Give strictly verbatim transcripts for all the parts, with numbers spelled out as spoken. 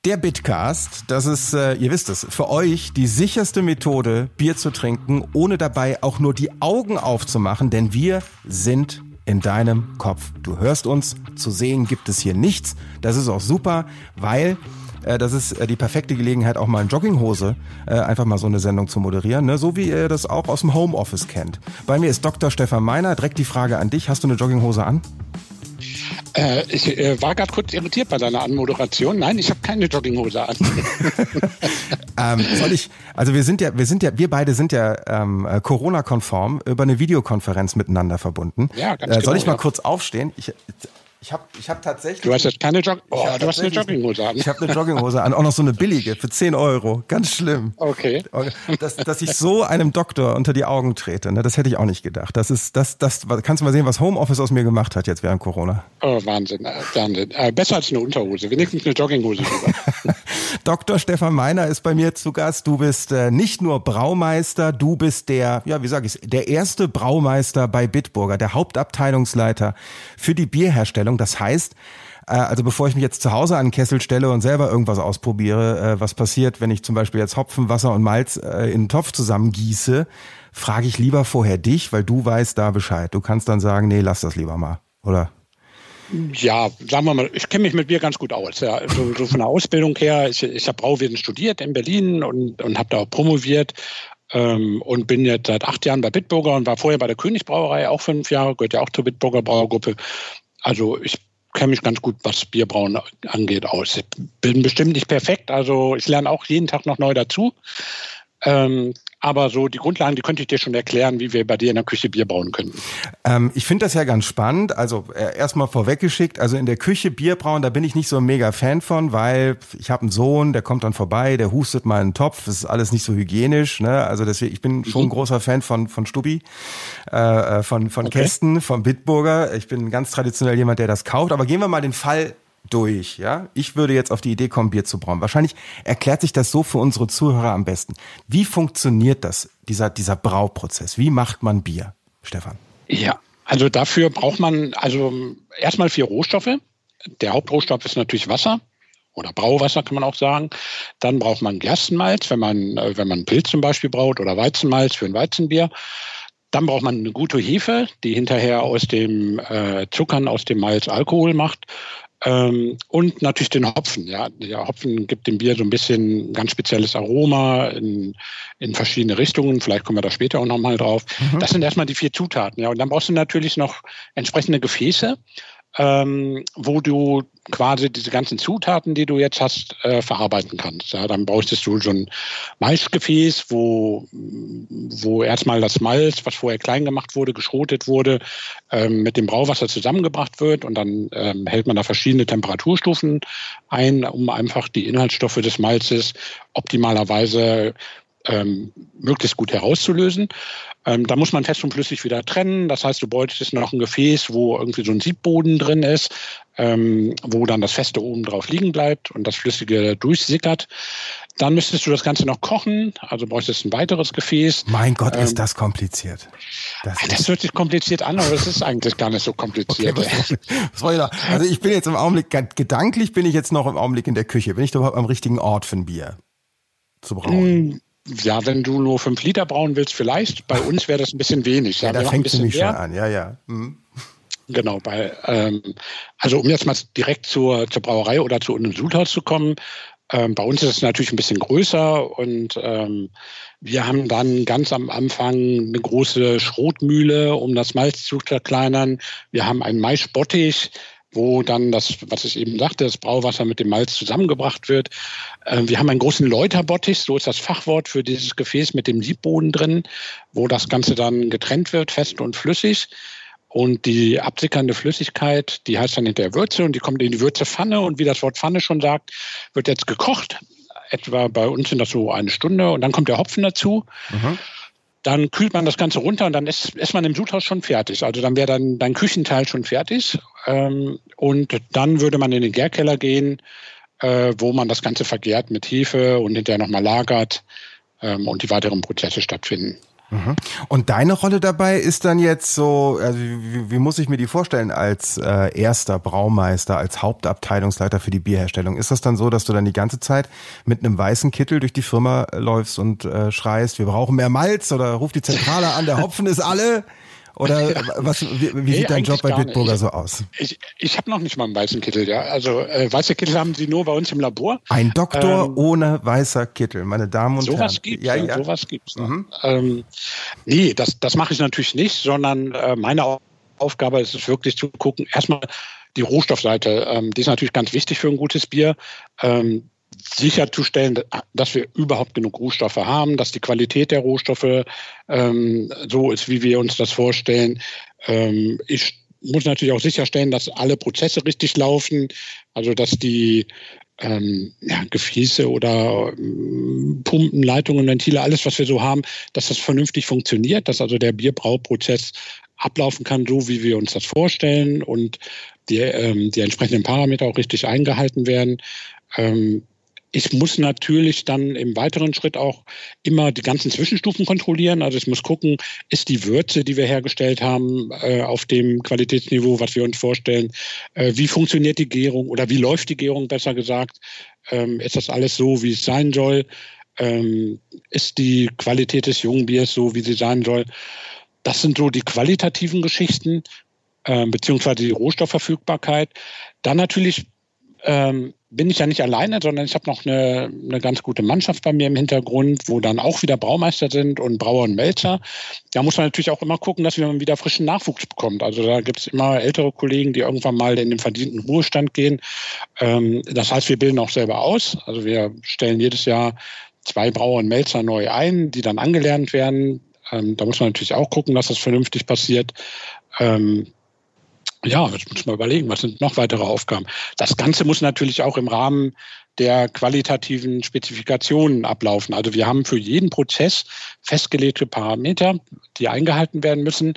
Der Bitcast, das ist, äh, ihr wisst es, für euch die sicherste Methode, Bier zu trinken, ohne dabei auch nur die Augen aufzumachen, denn wir sind in deinem Kopf. Du hörst uns, zu sehen gibt es hier nichts. Das ist auch super, weil äh, das ist äh, die perfekte Gelegenheit, auch mal in Jogginghose äh, einfach mal so eine Sendung zu moderieren, ne? So wie ihr das auch aus dem Homeoffice kennt. Bei mir ist Doktor Stefan Meiner. Direkt die Frage an dich, hast du eine Jogginghose an? Äh, ich äh, war gerade kurz irritiert bei deiner Anmoderation. Nein, ich habe keine Jogginghose an. ähm, soll ich, also wir sind ja, wir sind ja, wir beide sind ja ähm, Corona-konform über eine Videokonferenz miteinander verbunden. Ja, ganz äh, soll genau, ich mal ja. kurz aufstehen? Ich, ich habe ich hab tatsächlich... Du hast jetzt keine Jog oh, hab du hast eine Jogginghose an. Ich habe eine Jogginghose an, auch noch so eine billige für zehn Euro. Ganz schlimm. Okay. Dass, dass ich so einem Doktor unter die Augen trete, ne, das hätte ich auch nicht gedacht. Das ist, das, das, kannst du mal sehen, was Homeoffice aus mir gemacht hat jetzt während Corona. Oh, Wahnsinn, äh, Wahnsinn. Äh, besser als eine Unterhose, wenigstens eine Jogginghose drüber. Doktor Stefan Meiner ist bei mir zu Gast. Du bist äh, nicht nur Braumeister, du bist der, ja, wie sage ich, der erste Braumeister bei Bitburger, der Hauptabteilungsleiter für die Bierherstellung. Das heißt, äh, also bevor ich mich jetzt zu Hause an den Kessel stelle und selber irgendwas ausprobiere, äh, was passiert, wenn ich zum Beispiel jetzt Hopfen, Wasser und Malz äh, in einen Topf zusammengieße, frage ich lieber vorher dich, weil du weißt da Bescheid. Du kannst dann sagen, nee, lass das lieber mal, oder? Ja, sagen wir mal, ich kenne mich mit Bier ganz gut aus. Ja, so, so von der Ausbildung her, ich, ich habe Brauwesen studiert in Berlin und, und habe da auch promoviert ähm, und bin jetzt seit acht Jahren bei Bitburger und war vorher bei der Königsbrauerei auch fünf Jahre, gehört ja auch zur Bitburger Brauergruppe. Also ich kenne mich ganz gut, was Bierbrauen angeht, aus. Ich bin bestimmt nicht perfekt, also ich lerne auch jeden Tag noch neu dazu. Ähm, aber so die Grundlagen, die könnte ich dir schon erklären, wie wir bei dir in der Küche Bier brauen könnten. Ähm, ich finde das ja ganz spannend. Also äh, erstmal vorweggeschickt, also in der Küche Bier brauen, da bin ich nicht so ein mega Fan von, weil ich habe einen Sohn, der kommt dann vorbei, der hustet mal in einen Topf. Das ist alles nicht so hygienisch, ne? Also deswegen, ich bin schon ein großer Fan von von Stubbi, äh, von von Okay. Kästen, von Bitburger. Ich bin ganz traditionell jemand, der das kauft. Aber gehen wir mal den Fall durch, ja. Ich würde jetzt auf die Idee kommen, Bier zu brauen. Wahrscheinlich erklärt sich das so für unsere Zuhörer am besten. Wie funktioniert das, dieser, dieser Brauprozess? Wie macht man Bier, Stefan? Ja, also dafür braucht man also erstmal vier Rohstoffe. Der Hauptrohstoff ist natürlich Wasser oder Brauwasser, kann man auch sagen. Dann braucht man Gerstenmalz, wenn man, wenn man Pilz zum Beispiel braut, oder Weizenmalz für ein Weizenbier. Dann braucht man eine gute Hefe, die hinterher aus dem äh, Zuckern aus dem Malz Alkohol macht. Ähm, und natürlich den Hopfen. Ja, der Hopfen gibt dem Bier so ein bisschen ein ganz spezielles Aroma in, in verschiedene Richtungen. Vielleicht kommen wir da später auch nochmal drauf. Mhm. Das sind erstmal die vier Zutaten. Ja, und dann brauchst du natürlich noch entsprechende Gefäße, ähm, wo du quasi diese ganzen Zutaten, die du jetzt hast, äh, verarbeiten kannst. Ja, dann brauchst du so ein Malzgefäß, wo, wo erstmal das Malz, was vorher klein gemacht wurde, geschrotet wurde, ähm, mit dem Brauwasser zusammengebracht wird und dann ähm, hält man da verschiedene Temperaturstufen ein, um einfach die Inhaltsstoffe des Malzes optimalerweise ähm, möglichst gut herauszulösen. Ähm, da muss man fest und flüssig wieder trennen. Das heißt, du bräuchtest noch ein Gefäß, wo irgendwie so ein Siebboden drin ist, ähm, wo dann das Feste oben drauf liegen bleibt und das Flüssige durchsickert. Dann müsstest du das Ganze noch kochen, also bräuchtest ein weiteres Gefäß. Mein Gott, ähm, ist das kompliziert. Das, das hört sich kompliziert an, aber es ist eigentlich gar nicht so kompliziert. Okay, was, was soll ich da? Also ich bin jetzt im Augenblick, gedanklich bin ich jetzt noch im Augenblick in der Küche. Bin ich da überhaupt am richtigen Ort für ein Bier zu brauen? Ja, wenn du nur fünf Liter brauen willst, vielleicht. Bei uns wäre das ein bisschen wenig. Ja, Ja, da wir fängt es nämlich schon mehr. an. Ja, ja. Mhm. Genau, bei, ähm, also um jetzt mal direkt zur, zur Brauerei oder zu einem Sudhaus zu kommen, ähm, bei uns ist es natürlich ein bisschen größer und ähm, wir haben dann ganz am Anfang eine große Schrotmühle, um das Malz zu verkleinern. Wir haben einen Maischbottich, wo dann das, was ich eben sagte, das Brauwasser mit dem Malz zusammengebracht wird. Äh, wir haben einen großen Läuterbottich, so ist das Fachwort für dieses Gefäß mit dem Siebboden drin, wo das Ganze dann getrennt wird, fest und flüssig. Und die absickernde Flüssigkeit, die heißt dann hinterher Würze und die kommt in die Würzepfanne und wie das Wort Pfanne schon sagt, wird jetzt gekocht. Etwa bei uns sind das so eine Stunde und dann kommt der Hopfen dazu. Mhm. Dann kühlt man das Ganze runter und dann ist, ist man im Sudhaus schon fertig. Also dann wäre dann dein Küchenteil schon fertig. Ähm, und dann würde man in den Gärkeller gehen, äh, wo man das Ganze vergärt mit Hefe und hinterher nochmal lagert ähm, und die weiteren Prozesse stattfinden. Und deine Rolle dabei ist dann jetzt so, also wie, wie muss ich mir die vorstellen als äh, erster Braumeister, als Hauptabteilungsleiter für die Bierherstellung? Ist das dann so, dass du dann die ganze Zeit mit einem weißen Kittel durch die Firma läufst und äh, schreist, wir brauchen mehr Malz, oder ruft die Zentrale an, der Hopfen ist alle? Oder was? Wie, wie nee, sieht dein Job bei Bitburger so aus? Ich, ich habe noch nicht mal einen weißen Kittel, ja. Also äh, weiße Kittel haben sie nur bei uns im Labor. Ein Doktor ähm, ohne weißer Kittel, meine Damen und sowas Herren. Gibt's, ja, ja. Sowas gibt's. Mhm. Ähm, nee, das, das mache ich natürlich nicht, sondern äh, meine Aufgabe ist es wirklich zu gucken, erstmal die Rohstoffseite, ähm, die ist natürlich ganz wichtig für ein gutes Bier. Ähm, sicherzustellen, dass wir überhaupt genug Rohstoffe haben, dass die Qualität der Rohstoffe ähm, so ist, wie wir uns das vorstellen. Ähm, ich muss natürlich auch sicherstellen, dass alle Prozesse richtig laufen, also dass die ähm, ja, Gefäße oder ähm, Pumpen, Leitungen, Ventile, alles, was wir so haben, dass das vernünftig funktioniert, dass also der Bierbrauprozess ablaufen kann, so wie wir uns das vorstellen und die, ähm, die entsprechenden Parameter auch richtig eingehalten werden. Ähm, Ich muss natürlich dann im weiteren Schritt auch immer die ganzen Zwischenstufen kontrollieren. Also ich muss gucken, ist die Würze, die wir hergestellt haben, äh, auf dem Qualitätsniveau, was wir uns vorstellen? Äh, wie funktioniert die Gärung oder wie läuft die Gärung, besser gesagt? Ähm, ist das alles so, wie es sein soll? Ähm, ist die Qualität des jungen Biers so, wie sie sein soll? Das sind so die qualitativen Geschichten, äh, beziehungsweise die Rohstoffverfügbarkeit. Dann natürlich ähm, bin ich ja nicht alleine, sondern ich habe noch eine, eine ganz gute Mannschaft bei mir im Hintergrund, wo dann auch wieder Braumeister sind und Brauer und Melzer. Da muss man natürlich auch immer gucken, dass man wieder frischen Nachwuchs bekommt. Also da gibt es immer ältere Kollegen, die irgendwann mal in den verdienten Ruhestand gehen. Ähm, das heißt, wir bilden auch selber aus. Also wir stellen jedes Jahr zwei Brauer und Melzer neu ein, die dann angelernt werden. Ähm, da muss man natürlich auch gucken, dass das vernünftig passiert. Ähm, Ja, jetzt muss man überlegen, was sind noch weitere Aufgaben. Das Ganze muss natürlich auch im Rahmen der qualitativen Spezifikationen ablaufen. Also wir haben für jeden Prozess festgelegte Parameter, die eingehalten werden müssen.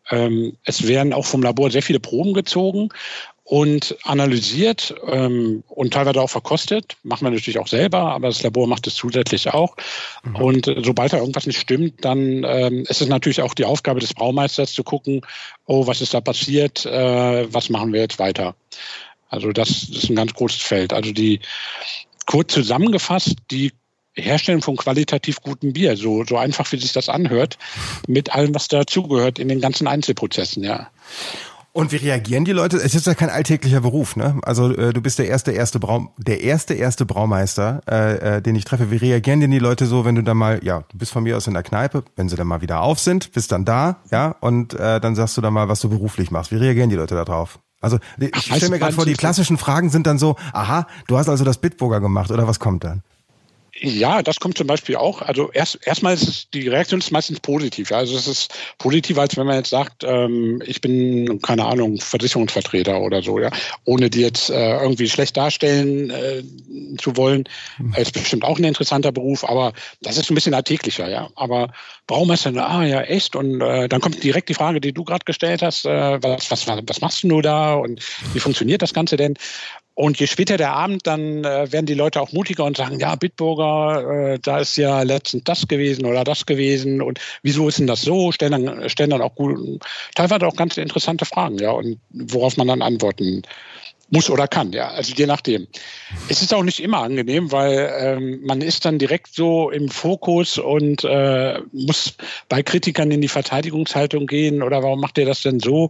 Es werden auch vom Labor sehr viele Proben gezogen und analysiert ähm, und teilweise auch verkostet. Machen wir natürlich auch selber, aber das Labor macht es zusätzlich auch. Mhm. Und äh, sobald da irgendwas nicht stimmt, dann ähm, ist es natürlich auch die Aufgabe des Braumeisters zu gucken, oh, was ist da passiert, äh, was machen wir jetzt weiter. Also das, das ist ein ganz großes Feld. Also die, kurz zusammengefasst, die Herstellen von qualitativ gutem Bier, so, so einfach wie sich das anhört, mit allem, was dazugehört in den ganzen Einzelprozessen, ja. Und wie reagieren die Leute? Es ist ja kein alltäglicher Beruf, ne? Also äh, du bist der erste erste Brau der erste erste Braumeister, äh, äh, den ich treffe. Wie reagieren denn die Leute so, wenn du dann mal, ja, du bist von mir aus in der Kneipe, wenn sie dann mal wieder auf sind, bist dann da, ja, und äh, dann sagst du dann mal, was du beruflich machst. Wie reagieren die Leute da drauf? Also ich stelle mir gerade vor, die klassischen Fragen sind dann so, aha, du hast also das Bitburger gemacht, oder was kommt dann? Ja, das kommt zum Beispiel auch. Also erst erstmal ist es, die Reaktion ist meistens positiv. Ja. Also es ist positiver, als wenn man jetzt sagt, ähm, ich bin, keine Ahnung, Versicherungsvertreter oder so, ja, ohne die jetzt äh, irgendwie schlecht darstellen äh, zu wollen. Mhm. Ist bestimmt auch ein interessanter Beruf, aber das ist ein bisschen alltäglicher, ja. Aber Braumeister, ah ja, echt. Und äh, dann kommt direkt die Frage, die du gerade gestellt hast, äh, was, was, was machst du da und wie funktioniert das Ganze denn? Und je später der Abend, dann äh, werden die Leute auch mutiger und sagen, ja, Bitburger, äh, da ist ja letztens das gewesen oder das gewesen und wieso ist denn das so? Stellen dann, stellen dann auch gut, teilweise auch ganz interessante Fragen, ja, und worauf man dann antworten muss oder kann, ja, also je nachdem. Es ist auch nicht immer angenehm, weil ähm, man ist dann direkt so im Fokus und äh, muss bei Kritikern in die Verteidigungshaltung gehen oder warum macht ihr das denn so?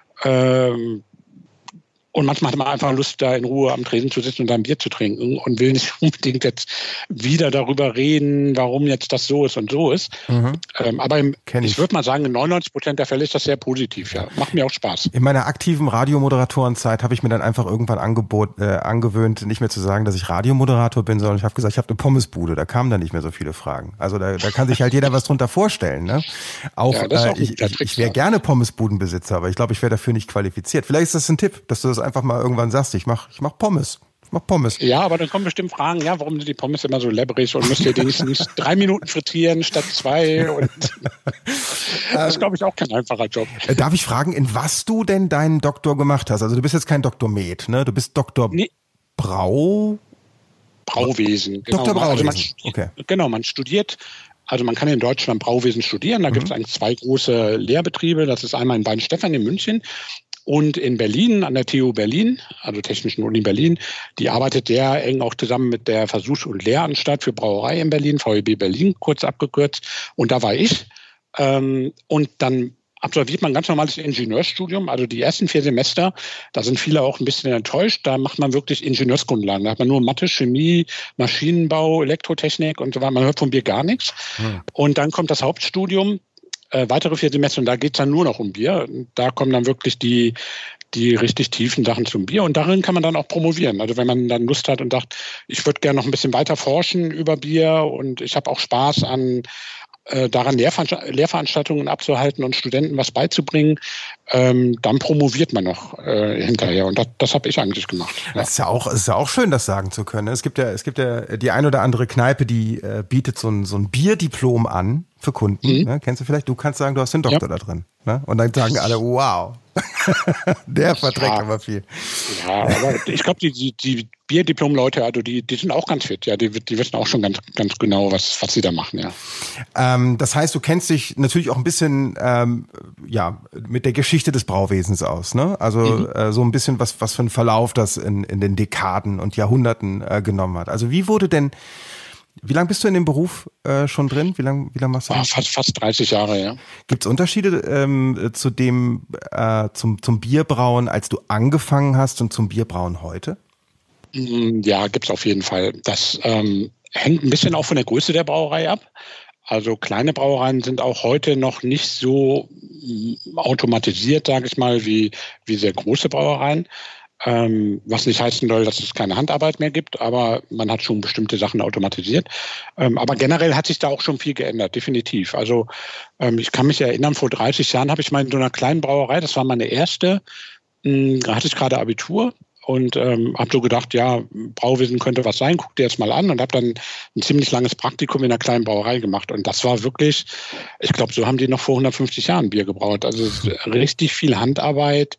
Ähm, Und manchmal hat man einfach Lust, da in Ruhe am Tresen zu sitzen und ein Bier zu trinken und will nicht unbedingt jetzt wieder darüber reden, warum jetzt das so ist und so ist. Mhm. Ähm, aber im, ich, ich würde mal sagen, in neunundneunzig Prozent der Fälle ist das sehr positiv. Ja. Macht mir auch Spaß. In meiner aktiven Radiomoderatorenzeit habe ich mir dann einfach irgendwann angebot, äh, angewöhnt, nicht mehr zu sagen, dass ich Radiomoderator bin, sondern ich habe gesagt, ich habe eine Pommesbude. Da kamen dann nicht mehr so viele Fragen. Also da, da kann sich halt jeder was drunter vorstellen. Ne? Auch, ja, äh, auch ich, ich, ich wäre gerne Pommesbudenbesitzer, aber ich glaube, ich wäre dafür nicht qualifiziert. Vielleicht ist das ein Tipp, dass du das einfach mal irgendwann sagst, ich mach, ich mach Pommes. Ich mach Pommes. Ja, aber dann kommen bestimmt Fragen, ja, warum sind die Pommes immer so leberig und müsst ihr die nicht, nicht drei Minuten frittieren statt zwei? Und das ist, glaube ich, auch kein einfacher Job. Darf ich fragen, in was du denn deinen Doktor gemacht hast? Also du bist jetzt kein Doktor Med, ne? Du bist Doktor nee. Brau... Brauwesen. Genau. Doktor Brauwesen, also man studiert, okay. Genau, man studiert Also man kann in Deutschland Brauwesen studieren. Da mhm. gibt es eigentlich zwei große Lehrbetriebe. Das ist einmal in Weinstefan in München und in Berlin, an der T U Berlin, also Technischen Uni Berlin. Die arbeitet sehr eng auch zusammen mit der Versuchs- und Lehranstalt für Brauerei in Berlin, V E B Berlin, kurz abgekürzt. Und da war ich. Ähm, und dann absolviert man ein ganz normales Ingenieurstudium. Also die ersten vier Semester, da sind viele auch ein bisschen enttäuscht. Da macht man wirklich Ingenieursgrundlagen. Da hat man nur Mathe, Chemie, Maschinenbau, Elektrotechnik und so weiter. Man hört von Bier gar nichts. Hm. Und dann kommt das Hauptstudium, äh, weitere vier Semester, und da geht es dann nur noch um Bier. Da kommen dann wirklich die, die richtig tiefen Sachen zum Bier. Und darin kann man dann auch promovieren. Also wenn man dann Lust hat und sagt, ich würde gerne noch ein bisschen weiter forschen über Bier und ich habe auch Spaß an daran Lehrveranst- Lehrveranstaltungen abzuhalten und Studenten was beizubringen, ähm, dann promoviert man noch äh, hinterher. Und das, das habe ich eigentlich gemacht. Ja. Das ist ja auch, ist ja auch schön, das sagen zu können. Es gibt ja, es gibt ja die ein oder andere Kneipe, die äh, bietet so ein, so ein Bierdiplom an für Kunden. Mhm. Ne? Kennst du vielleicht? Du kannst sagen, du hast den Doktor ja. da drin. Ne? Und dann sagen alle, wow, der verträgt ja. aber viel. Ja, aber ich glaube, die, die, die Bierdiplom-Leute, also die, die sind auch ganz fit. Ja, die, die wissen auch schon ganz, ganz genau, was, was sie da machen. Ja. Ähm, das heißt, du kennst dich natürlich auch ein bisschen ähm, ja mit der Geschichte des Brauwesens aus, ne? Also mhm. äh, so ein bisschen was, was für einen Verlauf das in, in den Dekaden und Jahrhunderten äh, genommen hat. Also wie wurde denn Wie lange bist du in dem Beruf äh, schon drin? Wie lange wie lang machst du das? Fast, fast dreißig Jahre, ja. Gibt es Unterschiede ähm, zu dem, äh, zum, zum Bierbrauen, als du angefangen hast und zum Bierbrauen heute? Ja, gibt es auf jeden Fall. Das ähm, hängt ein bisschen auch von der Größe der Brauerei ab. Also kleine Brauereien sind auch heute noch nicht so automatisiert, sage ich mal, wie, wie sehr große Brauereien. Ähm, was nicht heißen soll, dass es keine Handarbeit mehr gibt, aber man hat schon bestimmte Sachen automatisiert. Ähm, aber generell hat sich da auch schon viel geändert, definitiv. Also ähm, ich kann mich erinnern, vor dreißig Jahren habe ich mal in so einer kleinen Brauerei, das war meine erste, mh, da hatte ich gerade Abitur und ähm, habe so gedacht, ja, Brauwesen könnte was sein, guck dir jetzt mal an und habe dann ein ziemlich langes Praktikum in einer kleinen Brauerei gemacht. Und das war wirklich, ich glaube, so haben die noch vor hundertfünfzig Jahren Bier gebraut. Also richtig viel Handarbeit,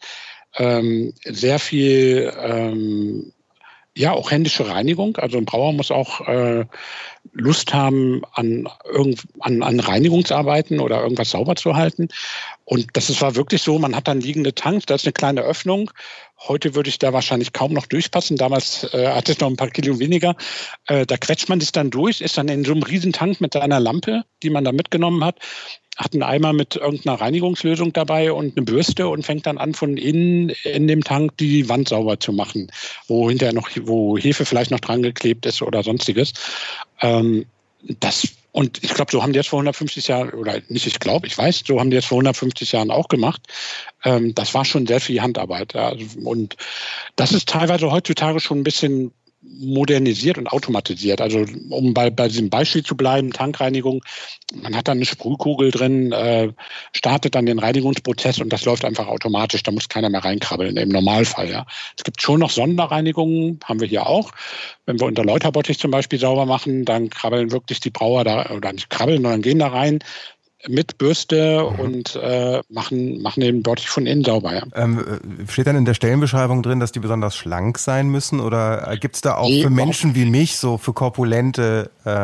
Ähm, sehr viel, ähm, ja, auch händische Reinigung. Also ein Brauer muss auch äh, Lust haben an, irgend, an, an Reinigungsarbeiten oder irgendwas sauber zu halten. Und das ist, war wirklich so, man hat dann liegende Tanks, da ist eine kleine Öffnung. Heute würde ich da wahrscheinlich kaum noch durchpassen. Damals äh, hatte ich noch ein paar Kilo weniger. Äh, da quetscht man sich dann durch, ist dann in so einem Riesentank mit einer Lampe, die man da mitgenommen hat, hat einen Eimer mit irgendeiner Reinigungslösung dabei und eine Bürste und fängt dann an, von innen in dem Tank die Wand sauber zu machen, wo hinterher noch, wo Hefe vielleicht noch dran geklebt ist oder sonstiges. Ähm, das, und ich glaube, so haben die jetzt vor hundertfünfzig Jahren, oder nicht, ich glaube, ich weiß, so haben die jetzt vor hundertfünfzig Jahren auch gemacht. Ähm, das war schon sehr viel Handarbeit. Ja. Und das ist teilweise heutzutage schon ein bisschen modernisiert und automatisiert. Also um bei, bei diesem Beispiel zu bleiben, Tankreinigung, man hat dann eine Sprühkugel drin, äh, startet dann den Reinigungsprozess und das läuft einfach automatisch, da muss keiner mehr reinkrabbeln, im Normalfall. Ja. Es gibt schon noch Sonderreinigungen, haben wir hier auch. Wenn wir unter Läuterbottich zum Beispiel sauber machen, dann krabbeln wirklich die Brauer da, oder nicht krabbeln, sondern gehen da rein mit Bürste mhm. und äh, machen, machen den Bottich von innen sauber. Ja. Ähm, steht dann in der Stellenbeschreibung drin, dass die besonders schlank sein müssen? Oder gibt es da auch nee, für Menschen wie mich, so für korpulente... Äh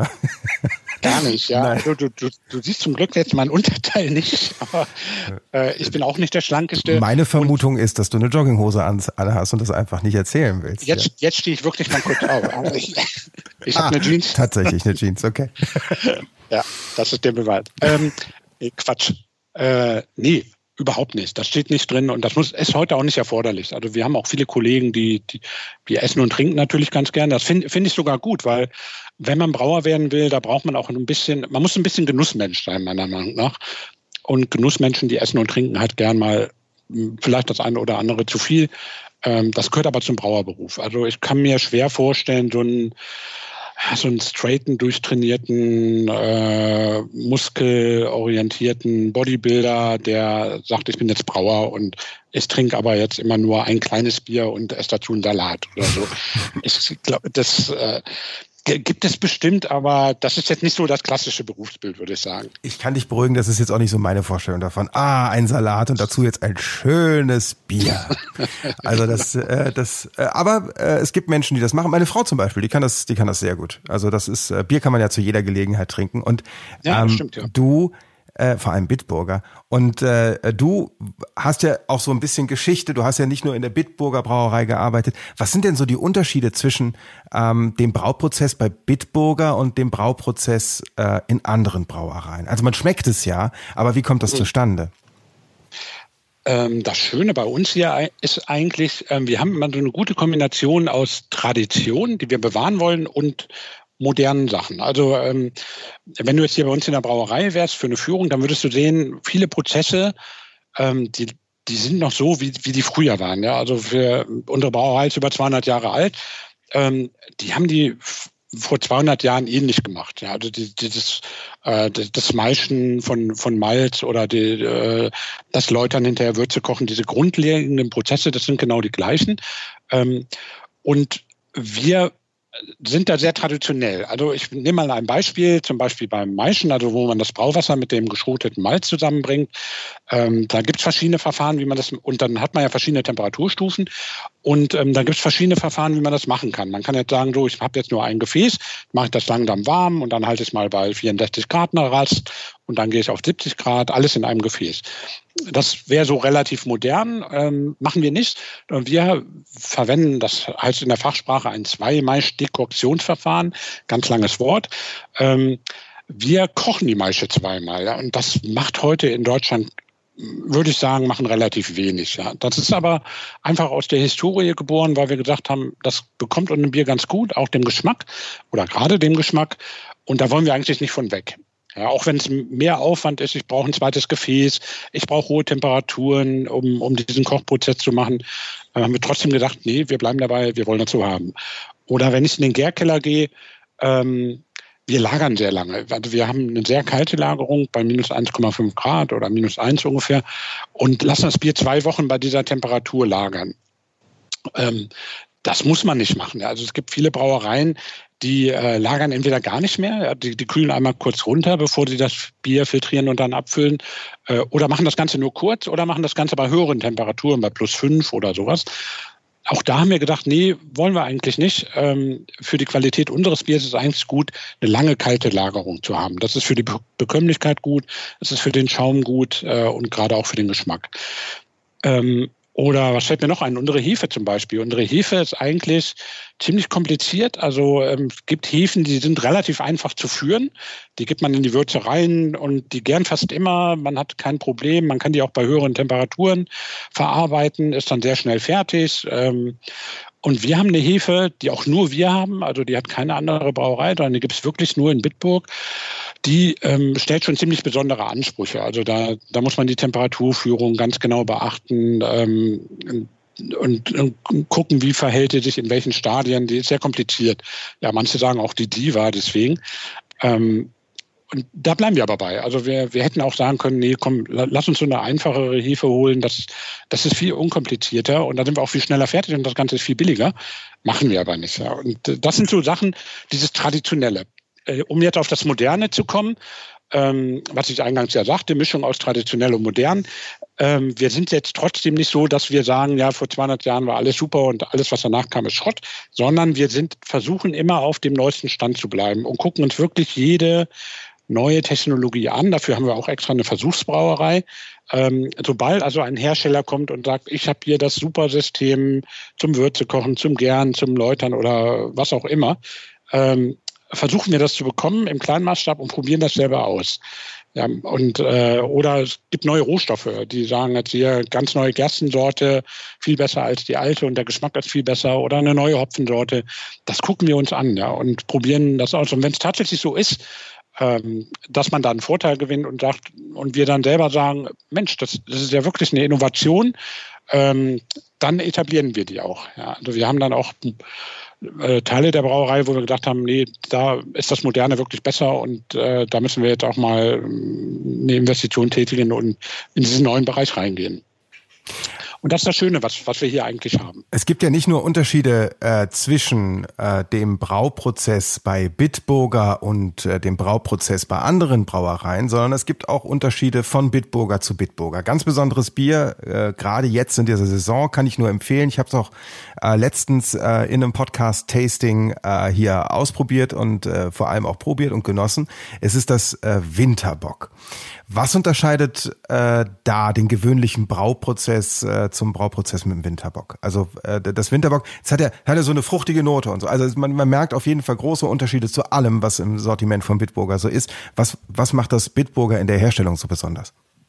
Gar nicht, ja. Du, du, du, du siehst zum Glück jetzt mein Unterteil nicht, aber äh, ich bin auch nicht der Schlankeste. Meine Vermutung und ist, dass du eine Jogginghose an hast und das einfach nicht erzählen willst. Jetzt, ja. jetzt stehe ich wirklich mal kurz auf. Also ich ich ah, habe eine Jeans. Tatsächlich eine Jeans, okay. Ja, das ist der Beweis. Ähm, Quatsch. Äh, nee, überhaupt nicht. Das steht nicht drin und das muss, ist heute auch nicht erforderlich. Also wir haben auch viele Kollegen, die, die wir essen und trinken natürlich ganz gern. Das finde find ich sogar gut, weil wenn man Brauer werden will, da braucht man auch ein bisschen, man muss ein bisschen Genussmensch sein, meiner Meinung nach. Und Genussmenschen, die essen und trinken halt gern mal vielleicht das eine oder andere zu viel. Ähm, das gehört aber zum Brauerberuf. Also ich kann mir schwer vorstellen, so ein so einen straighten, durchtrainierten, äh, muskelorientierten Bodybuilder, der sagt, ich bin jetzt Brauer und ich trinke aber jetzt immer nur ein kleines Bier und esse dazu einen Salat oder so. Ich glaube, das, äh, gibt es bestimmt, aber das ist jetzt nicht so das klassische Berufsbild, würde ich sagen. Ich kann dich beruhigen, das ist jetzt auch nicht so meine Vorstellung davon. Ah, ein Salat und dazu jetzt ein schönes Bier. Also das, äh, das, äh, aber äh, es gibt Menschen, die das machen. Meine Frau zum Beispiel, die kann das, die kann das sehr gut. Also das ist, äh, Bier kann man ja zu jeder Gelegenheit trinken. Und ja, ähm, stimmt, ja. du Äh, vor allem Bitburger. Und äh, du hast ja auch so ein bisschen Geschichte, du hast ja nicht nur in der Bitburger Brauerei gearbeitet. Was sind denn so die Unterschiede zwischen ähm, dem Brauprozess bei Bitburger und dem Brauprozess äh, in anderen Brauereien? Also man schmeckt es ja, aber wie kommt das mhm. zustande? Ähm, das Schöne bei uns hier ist eigentlich, ähm, wir haben immer so eine gute Kombination aus Tradition, die wir bewahren wollen, und modernen Sachen. Also ähm, wenn du jetzt hier bei uns in der Brauerei wärst für eine Führung, dann würdest du sehen, viele Prozesse, ähm, die, die sind noch so, wie, wie die früher waren. Ja? Also für unsere Brauerei ist über zweihundert Jahre alt. Ähm, die haben die f- vor zweihundert Jahren ähnlich gemacht. Ja? Also die, die, das, äh, das Maischen von, von Malz oder die, äh, das Läutern hinterher Würze kochen, diese grundlegenden Prozesse, das sind genau die gleichen. Ähm, und wir sind da sehr traditionell. Also ich nehme mal ein Beispiel, zum Beispiel beim Maischen, also wo man das Brauwasser mit dem geschroteten Malz zusammenbringt. Ähm, da gibt es verschiedene Verfahren, wie man das, und dann hat man ja verschiedene Temperaturstufen, und ähm, da gibt es verschiedene Verfahren, wie man das machen kann. Man kann jetzt sagen, so, ich habe jetzt nur ein Gefäß, mache ich das langsam warm und dann halte ich es mal bei vierundsechzig Grad nach Rast und dann gehe ich auf siebzig Grad, alles in einem Gefäß. Das wäre so relativ modern, ähm, machen wir nicht. Wir verwenden, das heißt in der Fachsprache, ein Zwei-Maisch-Dekoktionsverfahren, ganz langes Wort. Ähm, wir kochen die Maische zweimal, ja, und das macht heute in Deutschland, würde ich sagen, machen relativ wenig. Ja. Das ist aber einfach aus der Historie geboren, weil wir gesagt haben, das bekommt unser Bier ganz gut, auch dem Geschmack oder gerade dem Geschmack, und da wollen wir eigentlich nicht von weg. Ja, auch wenn es mehr Aufwand ist, ich brauche ein zweites Gefäß, ich brauche hohe Temperaturen, um, um diesen Kochprozess zu machen, äh, haben wir trotzdem gedacht, nee, wir bleiben dabei, wir wollen dazu haben. Oder wenn ich in den Gärkeller gehe, ähm, wir lagern sehr lange. Also wir haben eine sehr kalte Lagerung bei minus eins Komma fünf Grad oder minus eins ungefähr und lassen das Bier zwei Wochen bei dieser Temperatur lagern. Ähm, das muss man nicht machen. Also es gibt viele Brauereien, die äh, lagern entweder gar nicht mehr, ja, die, die kühlen einmal kurz runter, bevor sie das Bier filtrieren und dann abfüllen, äh, oder machen das Ganze nur kurz oder machen das Ganze bei höheren Temperaturen, bei plus fünf oder sowas. Auch da haben wir gedacht, nee, wollen wir eigentlich nicht. Ähm, für die Qualität unseres Biers ist es eigentlich gut, eine lange kalte Lagerung zu haben. Das ist für die Be- Bekömmlichkeit gut, es ist für den Schaum gut äh, und gerade auch für den Geschmack. Ähm, Oder was fällt mir noch ein? Unsere Hefe zum Beispiel. Unsere Hefe ist eigentlich ziemlich kompliziert. Also ähm, es gibt Hefen, die sind relativ einfach zu führen. Die gibt man in die Würze rein und die gären fast immer. Man hat kein Problem. Man kann die auch bei höheren Temperaturen verarbeiten, ist dann sehr schnell fertig. Ähm, und wir haben eine Hefe, die auch nur wir haben. Also die hat keine andere Brauerei, sondern die gibt es wirklich nur in Bitburg. Die ähm, stellt schon ziemlich besondere Ansprüche. Also da, da muss man die Temperaturführung ganz genau beachten ähm, und, und gucken, wie verhält die sich in welchen Stadien. Die ist sehr kompliziert. Ja, manche sagen auch die Diva deswegen. Ähm, und da bleiben wir aber bei. Also wir, wir hätten auch sagen können, nee, komm, lass uns so eine einfachere Hefe holen. Das, das ist viel unkomplizierter und da sind wir auch viel schneller fertig und das Ganze ist viel billiger. Machen wir aber nicht. Ja. Und das sind so Sachen, dieses Traditionelle. Um jetzt auf das Moderne zu kommen, ähm, was ich eingangs ja sagte, Mischung aus traditionell und modern. Ähm, wir sind jetzt trotzdem nicht so, dass wir sagen, ja, vor zweihundert Jahren war alles super und alles, was danach kam, ist Schrott, sondern wir sind, versuchen immer auf dem neuesten Stand zu bleiben und gucken uns wirklich jede neue Technologie an. Dafür haben wir auch extra eine Versuchsbrauerei. Ähm, sobald also ein Hersteller kommt und sagt, ich habe hier das Supersystem zum Würzekochen, zum Gären, zum Läutern oder was auch immer, ähm, versuchen wir das zu bekommen im kleinen Maßstab und probieren das selber aus. Ja, und, äh, oder es gibt neue Rohstoffe, die sagen jetzt hier ganz neue Gerstensorte, viel besser als die alte und der Geschmack ist viel besser, oder eine neue Hopfensorte. Das gucken wir uns an, ja, und probieren das aus. Und wenn es tatsächlich so ist, ähm, dass man da einen Vorteil gewinnt und sagt, und wir dann selber sagen, Mensch, das, das ist ja wirklich eine Innovation, ähm, dann etablieren wir die auch. Ja. Also wir haben dann auch äh, Teile der Brauerei, wo wir gedacht haben, nee, da ist das Moderne wirklich besser und äh, da müssen wir jetzt auch mal eine Investition tätigen und in diesen neuen Bereich reingehen. Und das ist das Schöne, was, was wir hier eigentlich haben. Es gibt ja nicht nur Unterschiede äh, zwischen äh, dem Brauprozess bei Bitburger und äh, dem Brauprozess bei anderen Brauereien, sondern es gibt auch Unterschiede von Bitburger zu Bitburger. Ganz besonderes Bier, äh, gerade jetzt in dieser Saison, kann ich nur empfehlen. Ich habe es auch äh, letztens äh, in einem Podcast-Tasting äh, hier ausprobiert und äh, vor allem auch probiert und genossen. Es ist das äh, Winterbock. Was unterscheidet äh, da den gewöhnlichen Brauprozess äh, zum Brauprozess mit dem Winterbock? Also äh, das Winterbock, es hat ja hat ja so eine fruchtige Note und so. Also man, man merkt auf jeden Fall große Unterschiede zu allem, was im Sortiment von Bitburger so ist. Was was macht das Bitburger in der Herstellung so besonders?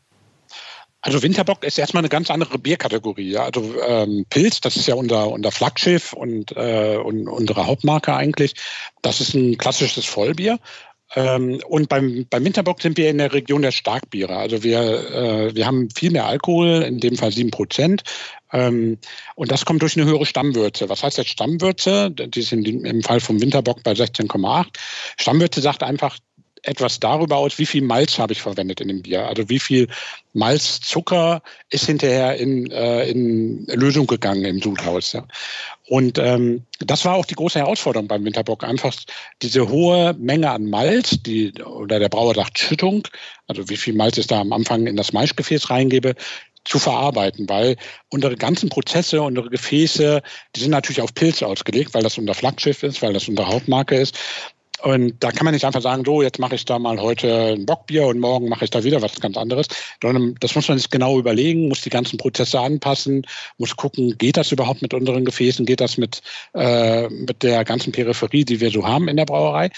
Also Winterbock ist erstmal eine ganz andere Bierkategorie. Ja. Also ähm, Pils, das ist ja unser, unser Flaggschiff und, äh, und unsere Hauptmarke eigentlich. Das ist ein klassisches Vollbier. Ähm, und beim, beim Winterbock sind wir in der Region der Starkbiere. Also wir, äh, wir haben viel mehr Alkohol, in dem Fall sieben Prozent. Ähm, und das kommt durch eine höhere Stammwürze. Was heißt jetzt Stammwürze? Die sind im Fall vom Winterbock bei sechzehn Komma acht. Stammwürze sagt einfach etwas darüber aus, wie viel Malz habe ich verwendet in dem Bier. Also wie viel Malzzucker ist hinterher in, äh, in Lösung gegangen im Sudhaus. Ja. Und ähm, das war auch die große Herausforderung beim Winterbock. Einfach diese hohe Menge an Malz, die, oder der Brauer sagt Schüttung, also wie viel Malz ich da am Anfang in das Maischgefäß reingebe, zu verarbeiten, weil unsere ganzen Prozesse, unsere Gefäße, die sind natürlich auf Pilz ausgelegt, weil das unser Flaggschiff ist, weil das unsere Hauptmarke ist. Und da kann man nicht einfach sagen, so, jetzt mache ich da mal heute ein Bockbier und morgen mache ich da wieder was ganz anderes. Sondern das muss man sich genau überlegen, muss die ganzen Prozesse anpassen, muss gucken, geht das überhaupt mit unseren Gefäßen, geht das mit, äh, mit der ganzen Peripherie, die wir so haben in der Brauerei.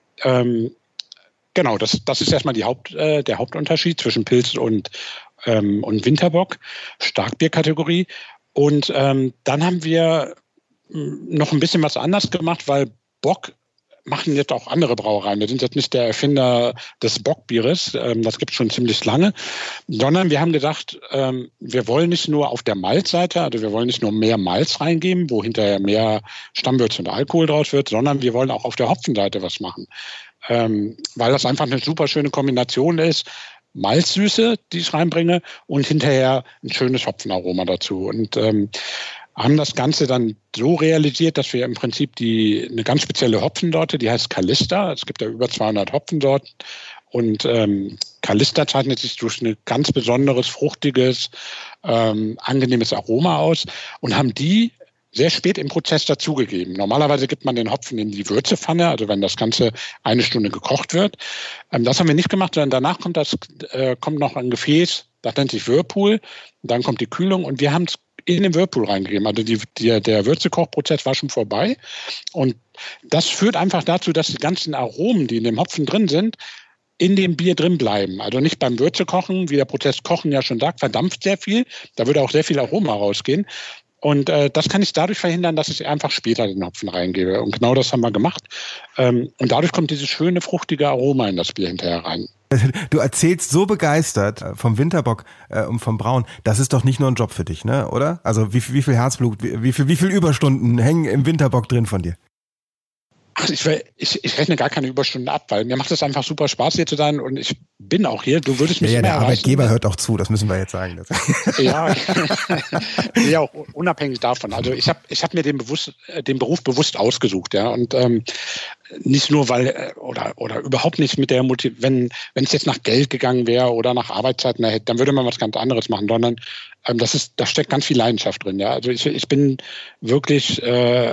Ähm, genau, das, das ist erstmal die Haupt, äh, der Hauptunterschied zwischen Pilz und, ähm, und Winterbock, Starkbierkategorie. Und ähm, dann haben wir noch ein bisschen was anders gemacht, weil Bock machen jetzt auch andere Brauereien. Wir sind jetzt nicht der Erfinder des Bockbieres, ähm, das gibt es schon ziemlich lange, sondern wir haben gesagt, ähm, wir wollen nicht nur auf der Malzseite, also wir wollen nicht nur mehr Malz reingeben, wo hinterher mehr Stammwürze und Alkohol draus wird, sondern wir wollen auch auf der Hopfenseite was machen, ähm, weil das einfach eine super schöne Kombination ist. Malzsüße, die ich reinbringe, und hinterher ein schönes Hopfenaroma dazu. Und ähm, haben das Ganze dann so realisiert, dass wir im Prinzip die eine ganz spezielle Hopfensorte, die heißt Calista. Es gibt ja über zweihundert Hopfensorten. Und ähm, Calista zeichnet sich durch ein ganz besonderes, fruchtiges, ähm, angenehmes Aroma aus und haben die sehr spät im Prozess dazugegeben. Normalerweise gibt man den Hopfen in die Würzepfanne, also wenn das Ganze eine Stunde gekocht wird. Ähm, das haben wir nicht gemacht, sondern danach kommt das äh, kommt noch ein Gefäß, das nennt sich Whirlpool. Dann kommt die Kühlung und wir haben es in den Whirlpool reingegeben. Also die, die, der Würzekochprozess war schon vorbei. Und das führt einfach dazu, dass die ganzen Aromen, die in dem Hopfen drin sind, in dem Bier drin bleiben. Also nicht beim Würzekochen, wie der Prozess Kochen ja schon sagt, verdampft sehr viel. Da würde auch sehr viel Aroma rausgehen. Und äh, das kann ich dadurch verhindern, dass ich einfach später den Hopfen reingebe. Und genau das haben wir gemacht. Ähm, und dadurch kommt dieses schöne, fruchtige Aroma in das Bier hinterher rein. Du erzählst so begeistert vom Winterbock äh, und vom Brauen. Das ist doch nicht nur ein Job für dich, ne? Oder? Also wie, wie viel Herzblut, wie, wie viel, wie viel Überstunden hängen im Winterbock drin von dir? Ach, ich, ich, ich rechne gar keine Überstunden ab, weil mir macht es einfach super Spaß, hier zu sein, und ich bin auch hier. Du würdest mich ja, ja, der erreichen. Arbeitgeber hört auch zu, das müssen wir jetzt sagen. Ja, ja, auch unabhängig davon. Also ich habe ich hab mir den, bewusst, den Beruf bewusst ausgesucht, ja, und ähm, nicht nur, weil, oder, oder überhaupt nicht mit der Motiv, wenn, wenn es jetzt nach Geld gegangen wäre oder nach Arbeitszeiten, dann würde man was ganz anderes machen, sondern ähm, das ist, da steckt ganz viel Leidenschaft drin, ja. Also ich, ich bin wirklich äh,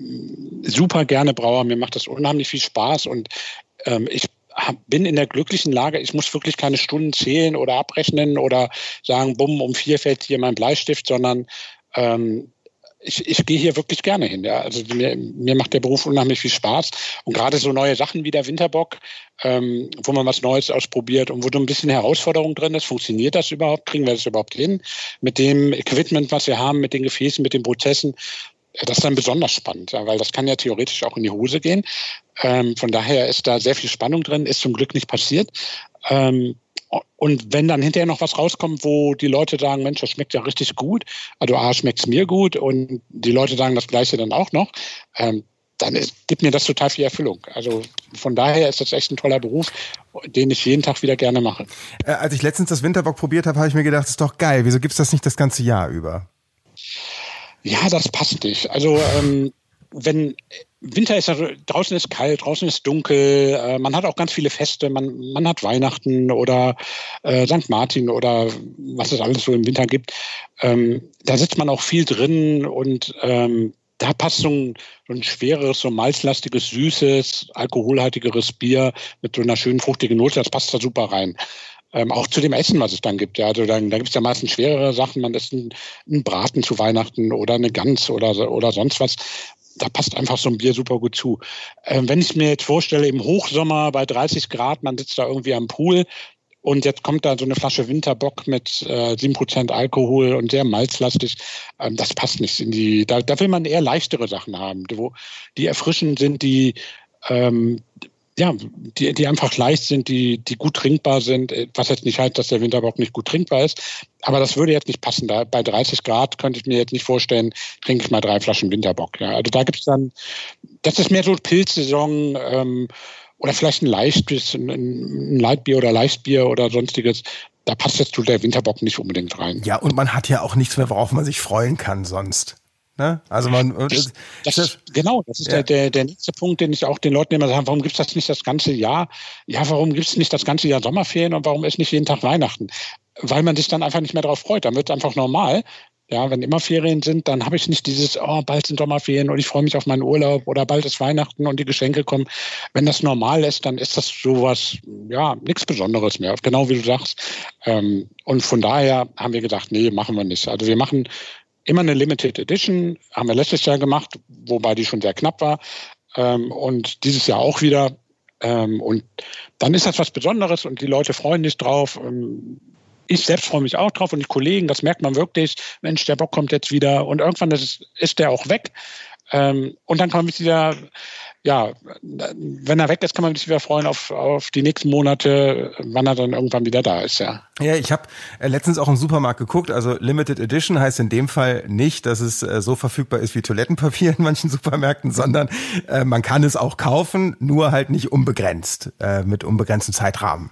super gerne Brauer, mir macht das unheimlich viel Spaß, und ähm, ich hab, bin in der glücklichen Lage, ich muss wirklich keine Stunden zählen oder abrechnen oder sagen, bumm, um vier fällt hier mein Bleistift, sondern ähm, Ich, ich gehe hier wirklich gerne hin. Ja. Also mir, mir macht der Beruf unheimlich viel Spaß. Und gerade so neue Sachen wie der Winterbock, ähm, wo man was Neues ausprobiert und wo so ein bisschen Herausforderung drin ist, funktioniert das überhaupt? Kriegen wir das überhaupt hin? Mit dem Equipment, was wir haben, mit den Gefäßen, mit den Prozessen, das ist dann besonders spannend, ja, weil das kann ja theoretisch auch in die Hose gehen. Ähm, von daher ist da sehr viel Spannung drin, ist zum Glück nicht passiert. Ähm, Und wenn dann hinterher noch was rauskommt, wo die Leute sagen, Mensch, das schmeckt ja richtig gut, also A, schmeckt es mir gut, und die Leute sagen das Gleiche dann auch noch, ähm, dann ist, gibt mir das total viel Erfüllung. Also von daher ist das echt ein toller Beruf, den ich jeden Tag wieder gerne mache. Äh, als ich letztens das Winterbock probiert habe, habe ich mir gedacht, das ist doch geil, wieso gibt's das nicht das ganze Jahr über? Ja, das passt nicht. Also ähm, wenn Winter ist, also draußen ist kalt, draußen ist dunkel, äh, man hat auch ganz viele Feste, man, man hat Weihnachten oder äh, Sankt Martin oder was es alles so im Winter gibt. Ähm, da sitzt man auch viel drin und ähm, da passt so ein, so ein schwereres, so malzlastiges, süßes, alkoholhaltigeres Bier mit so einer schönen fruchtigen Note, das passt da super rein. Ähm, auch zu dem Essen, was es dann gibt. Ja, also dann, da gibt es ja meistens schwerere Sachen. Man isst einen, einen Braten zu Weihnachten oder eine Gans oder, oder sonst was. Da passt einfach so ein Bier super gut zu. Ähm, wenn ich mir jetzt vorstelle, im Hochsommer bei dreißig Grad, man sitzt da irgendwie am Pool und jetzt kommt da so eine Flasche Winterbock mit äh, sieben Prozent Alkohol und sehr malzlastig, ähm, das passt nicht in die, da, da will man eher leichtere Sachen haben, wo die erfrischend sind, die ähm, ja, die, die einfach leicht sind, die, die gut trinkbar sind, was jetzt nicht heißt, dass der Winterbock nicht gut trinkbar ist. Aber das würde jetzt nicht passen. Da, bei dreißig Grad könnte ich mir jetzt nicht vorstellen, trinke ich mal drei Flaschen Winterbock. Ja, also da gibt es dann, das ist mehr so Pilzsaison ähm, oder vielleicht ein leichtes, ein, ein Leitbier oder Leichtbier oder sonstiges. Da passt jetzt der Winterbock nicht unbedingt rein. Ja, und man hat ja auch nichts mehr, worauf man sich freuen kann sonst. Ne? Also man, das, das, das, genau, das ist ja. der, der, der nächste Punkt, den ich auch den Leuten immer sage, warum gibt es das nicht das ganze Jahr? Ja, warum gibt es nicht das ganze Jahr Sommerferien und warum ist nicht jeden Tag Weihnachten? Weil man sich dann einfach nicht mehr darauf freut. Dann wird es einfach normal. Ja, wenn immer Ferien sind, dann habe ich nicht dieses, oh, bald sind Sommerferien und ich freue mich auf meinen Urlaub oder bald ist Weihnachten und die Geschenke kommen. Wenn das normal ist, dann ist das sowas, ja, nichts Besonderes mehr, genau wie du sagst. Und von daher haben wir gesagt, nee, machen wir nicht. Also wir machen immer eine Limited Edition, haben wir letztes Jahr gemacht, wobei die schon sehr knapp war. Ähm, und dieses Jahr auch wieder. Ähm, und dann ist das was Besonderes und die Leute freuen sich drauf. Ähm, ich selbst freue mich auch drauf und die Kollegen, das merkt man wirklich. Mensch, der Bock kommt jetzt wieder und irgendwann ist, ist der auch weg. Ähm, und dann kann man sich wieder, ja, wenn er weg ist, kann man sich wieder freuen auf, auf die nächsten Monate, wann er dann irgendwann wieder da ist, ja. Ja, ich habe äh, letztens auch im Supermarkt geguckt, also Limited Edition heißt in dem Fall nicht, dass es äh, so verfügbar ist wie Toilettenpapier in manchen Supermärkten, sondern äh, man kann es auch kaufen, nur halt nicht unbegrenzt, äh, mit unbegrenztem Zeitrahmen.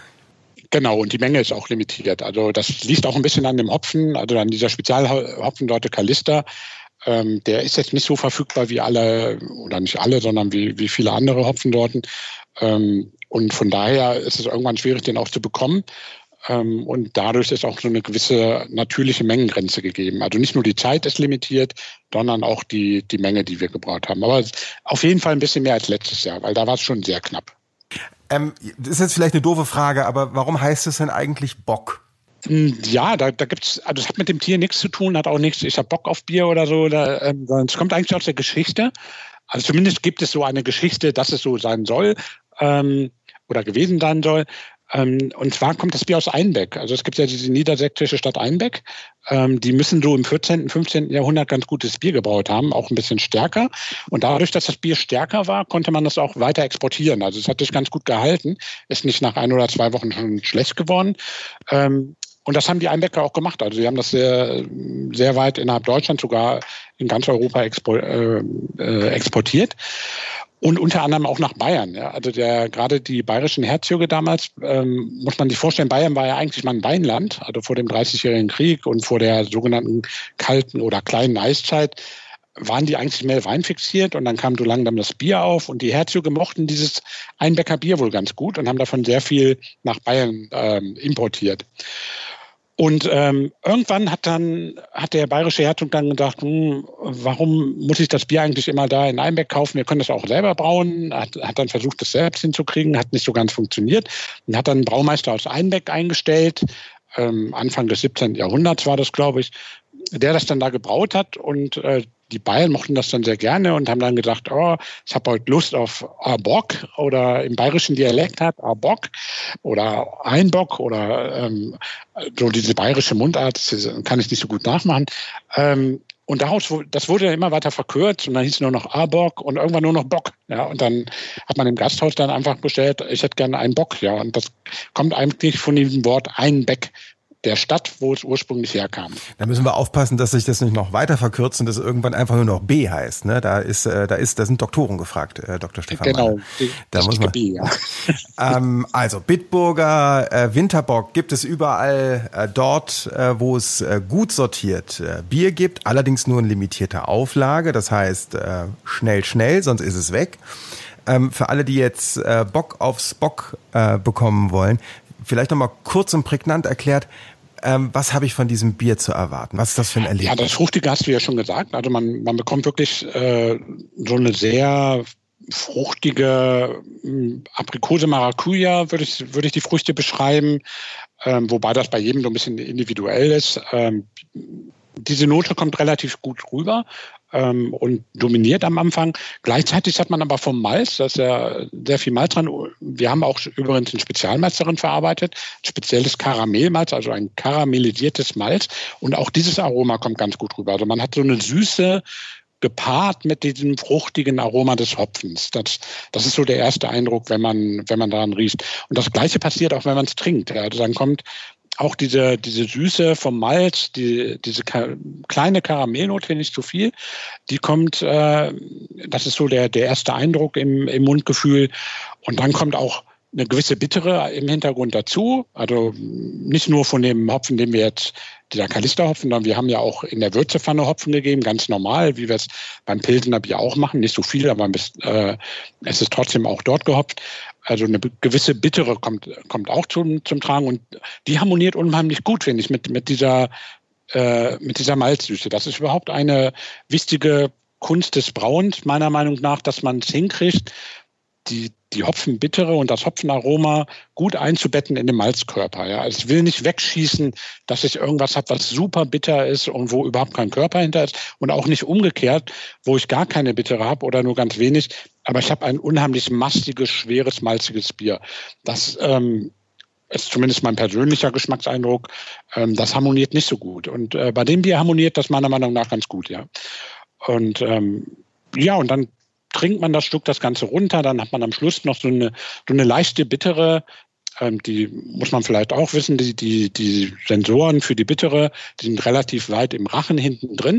Genau, und die Menge ist auch limitiert. Also das liegt auch ein bisschen an dem Hopfen, also an dieser Spezialhopfensorte Kalista. Ähm, der ist jetzt nicht so verfügbar wie alle, oder nicht alle, sondern wie, wie viele andere Hopfensorten. Ähm, und von daher ist es irgendwann schwierig, den auch zu bekommen. Ähm, und dadurch ist auch so eine gewisse natürliche Mengengrenze gegeben. Also nicht nur die Zeit ist limitiert, sondern auch die, die Menge, die wir gebraucht haben. Aber auf jeden Fall ein bisschen mehr als letztes Jahr, weil da war es schon sehr knapp. Ähm, das ist jetzt vielleicht eine doofe Frage, aber warum heißt es denn eigentlich Bock? Ja, da, da gibt's, also es hat mit dem Tier nichts zu tun, hat auch nichts, ich habe Bock auf Bier oder so. Es ähm, kommt eigentlich aus der Geschichte. Also zumindest gibt es so eine Geschichte, dass es so sein soll ähm, oder gewesen sein soll. Ähm, und zwar kommt das Bier aus Einbeck. Also es gibt ja diese niedersächsische Stadt Einbeck. Ähm, die müssen so im vierzehnten, fünfzehnten Jahrhundert ganz gutes Bier gebraut haben, auch ein bisschen stärker. Und dadurch, dass das Bier stärker war, konnte man das auch weiter exportieren. Also es hat sich ganz gut gehalten. Ist nicht nach ein oder zwei Wochen schon schlecht geworden. Ähm, Und das haben die Einbecker auch gemacht. Also sie haben das sehr, sehr weit innerhalb Deutschlands, sogar in ganz Europa expo, äh, äh, exportiert. Und unter anderem auch nach Bayern. Ja. Also der, gerade die bayerischen Herzöge damals, ähm, muss man sich vorstellen, Bayern war ja eigentlich mal ein Weinland, also vor dem dreißigjährigen Krieg und vor der sogenannten kalten oder kleinen Eiszeit waren die eigentlich mehr weinfixiert und dann kam so langsam das Bier auf und die Herzöge mochten dieses Einbecker Bier wohl ganz gut und haben davon sehr viel nach Bayern ähm, importiert. Und ähm, irgendwann hat dann hat der bayerische Herzog dann gedacht, hm, warum muss ich das Bier eigentlich immer da in Einbeck kaufen? Wir können das auch selber brauen. Hat, hat dann versucht, das selbst hinzukriegen, hat nicht so ganz funktioniert und hat dann einen Braumeister aus Einbeck eingestellt. Ähm, Anfang des siebzehnten Jahrhunderts war das, glaube ich, der das dann da gebraut hat und äh, die Bayern mochten das dann sehr gerne und haben dann gesagt, oh, ich habe heute Lust auf Bock oder im bayerischen Dialekt hat Bock oder Einbock oder ähm, so diese bayerische Mundart, das kann ich nicht so gut nachmachen. Ähm, und daraus, das wurde immer weiter verkürzt und dann hieß es nur noch A-Bock und irgendwann nur noch Bock. Ja, und dann hat man im Gasthaus dann einfach bestellt, ich hätte gerne einen Bock. Ja, und das kommt eigentlich von diesem Wort Einbeck. der Stadt, wo es ursprünglich herkam. Da müssen wir aufpassen, dass sich das nicht noch weiter verkürzt und das irgendwann einfach nur noch B heißt. Ne? Da ist, äh, da ist, da sind Doktoren gefragt, äh, Doktor Stefan Genau, Meiner. die, da muss man. B, ja. ähm, also Bitburger äh, Winterbock gibt es überall äh, dort, äh, wo es äh, gut sortiert äh, Bier gibt, allerdings nur in limitierter Auflage. Das heißt äh, schnell, schnell, sonst ist es weg. Ähm, für alle, die jetzt äh, Bock aufs Bock äh, bekommen wollen, vielleicht nochmal kurz und prägnant erklärt, ähm, was habe ich von diesem Bier zu erwarten? Was ist das für ein Erlebnis? Ja, das Fruchtige hast du ja schon gesagt. Also man, man bekommt wirklich äh, so eine sehr fruchtige äh, Aprikose-Maracuja, würde ich, würde ich die Früchte beschreiben, ähm, wobei das bei jedem so ein bisschen individuell ist. Ähm, diese Note kommt relativ gut rüber ähm, und dominiert am Anfang. Gleichzeitig hat man aber vom Malz, da ist ja sehr viel Malz dran. Wir haben auch übrigens ein Spezialmalz darin verarbeitet, ein spezielles Karamellmalz, also ein karamellisiertes Malz. Und auch dieses Aroma kommt ganz gut rüber. Also man hat so eine Süße gepaart mit diesem fruchtigen Aroma des Hopfens. Das, das ist so der erste Eindruck, wenn man, wenn man daran riecht. Und das Gleiche passiert auch, wenn man es trinkt. Also dann kommt auch diese, diese Süße vom Malz, die, diese ka- kleine Karamellnote, nicht zu viel, die kommt, äh, das ist so der, der erste Eindruck im, im Mundgefühl. Und dann kommt auch eine gewisse Bittere im Hintergrund dazu. Also nicht nur von dem Hopfen, den wir jetzt, dieser Kalister-Hopfen, sondern wir haben ja auch in der Würzepfanne Hopfen gegeben, ganz normal, wie wir es beim Pilsener Bier auch machen. Nicht so viel, aber äh, es ist trotzdem auch dort gehopft. Also eine gewisse Bittere kommt, kommt auch zum, zum Tragen und die harmoniert unheimlich gut, finde ich, mit, mit dieser, äh, mit dieser Malzsüße. Das ist überhaupt eine wichtige Kunst des Brauens, meiner Meinung nach, dass man es hinkriegt, die, die Hopfenbittere und das Hopfenaroma gut einzubetten in den Malzkörper. Ja. Also ich will nicht wegschießen, dass ich irgendwas habe, was super bitter ist und wo überhaupt kein Körper hinter ist und auch nicht umgekehrt, wo ich gar keine Bittere habe oder nur ganz wenig. Aber ich habe ein unheimlich mastiges, schweres, malziges Bier. Das ähm, ist zumindest mein persönlicher Geschmackseindruck. Ähm, das harmoniert nicht so gut. Und äh, bei dem Bier harmoniert das meiner Meinung nach ganz gut. Ja. Und ähm, ja, und dann trinkt man das Stück das Ganze runter, dann hat man am Schluss noch so eine, so eine leichte bittere, ähm, die muss man vielleicht auch wissen, die, die, die Sensoren für die bittere, die sind relativ weit im Rachen hinten drin,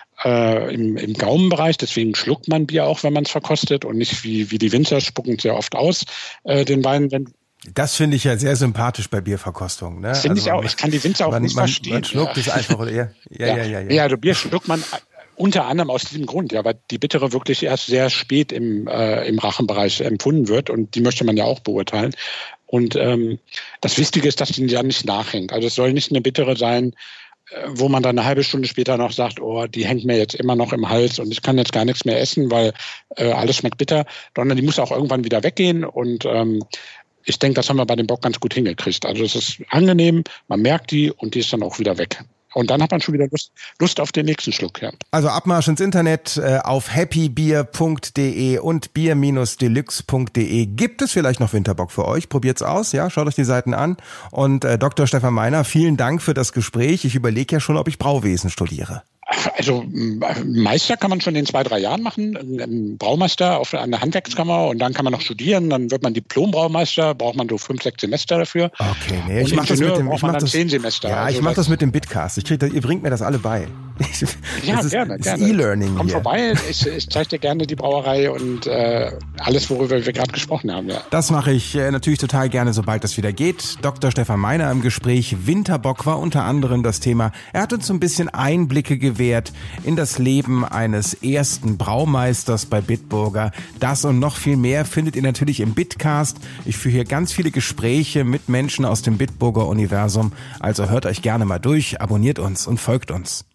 äh, im, im Gaumenbereich, deswegen schluckt man Bier auch, wenn man es verkostet und nicht wie, wie die Winzer spucken sehr oft aus, äh, den Wein, wenn Das finde ich ja sehr sympathisch bei Bierverkostungen. Ne? Finde also ich auch, ich kann die Winzer auch man, nicht man, verstehen. Man schluckt es ja. einfach. Ja, ja, ja, ja, ja. Ja, also Bier schluckt man unter anderem aus diesem Grund, ja, weil die Bittere wirklich erst sehr spät im, äh, im Rachenbereich empfunden wird und die möchte man ja auch beurteilen. Und ähm, das Wichtige ist, dass die ja nicht nachhängt. Also es soll nicht eine Bittere sein, äh, wo man dann eine halbe Stunde später noch sagt, oh, die hängt mir jetzt immer noch im Hals und ich kann jetzt gar nichts mehr essen, weil äh, alles schmeckt bitter, sondern die muss auch irgendwann wieder weggehen und ähm, ich denke, das haben wir bei dem Bock ganz gut hingekriegt. Also es ist angenehm, man merkt die und die ist dann auch wieder weg. Und dann hat man schon wieder Lust, Lust auf den nächsten Schluck. Ja. Also Abmarsch ins Internet äh, auf happybier punkt de und bier deluxe punkt de. Gibt es vielleicht noch Winterbock für euch? Probiert's aus, ja, schaut euch die Seiten an. Und äh, Doktor Stefan Meiner, vielen Dank für das Gespräch. Ich überlege ja schon, ob ich Brauwesen studiere. Also Meister kann man schon in zwei, drei Jahren machen, ein Braumeister auf einer Handwerkskammer und dann kann man noch studieren, dann wird man Diplom-Braumeister, braucht man so fünf, sechs Semester dafür. Okay, nee, ich mache das mit dem, ich mach das, zehn Semester. Ja, also ich mache das mit dem Bitcast. Ich krieg, ihr bringt mir das alle bei. Das ja, ist, gerne, ist gerne. E-Learning Komm hier. vorbei, ich, ich zeige dir gerne die Brauerei und äh, alles, worüber wir gerade gesprochen haben. Ja. Das mache ich äh, natürlich total gerne, sobald das wieder geht. Doktor Stefan Meiner im Gespräch. Winterbock war unter anderem das Thema. Er hat uns so ein bisschen Einblicke gewährt in das Leben eines ersten Braumeisters bei Bitburger. Das und noch viel mehr findet ihr natürlich im Bitcast. Ich führe hier ganz viele Gespräche mit Menschen aus dem Bitburger Universum. Also hört euch gerne mal durch, abonniert uns und folgt uns.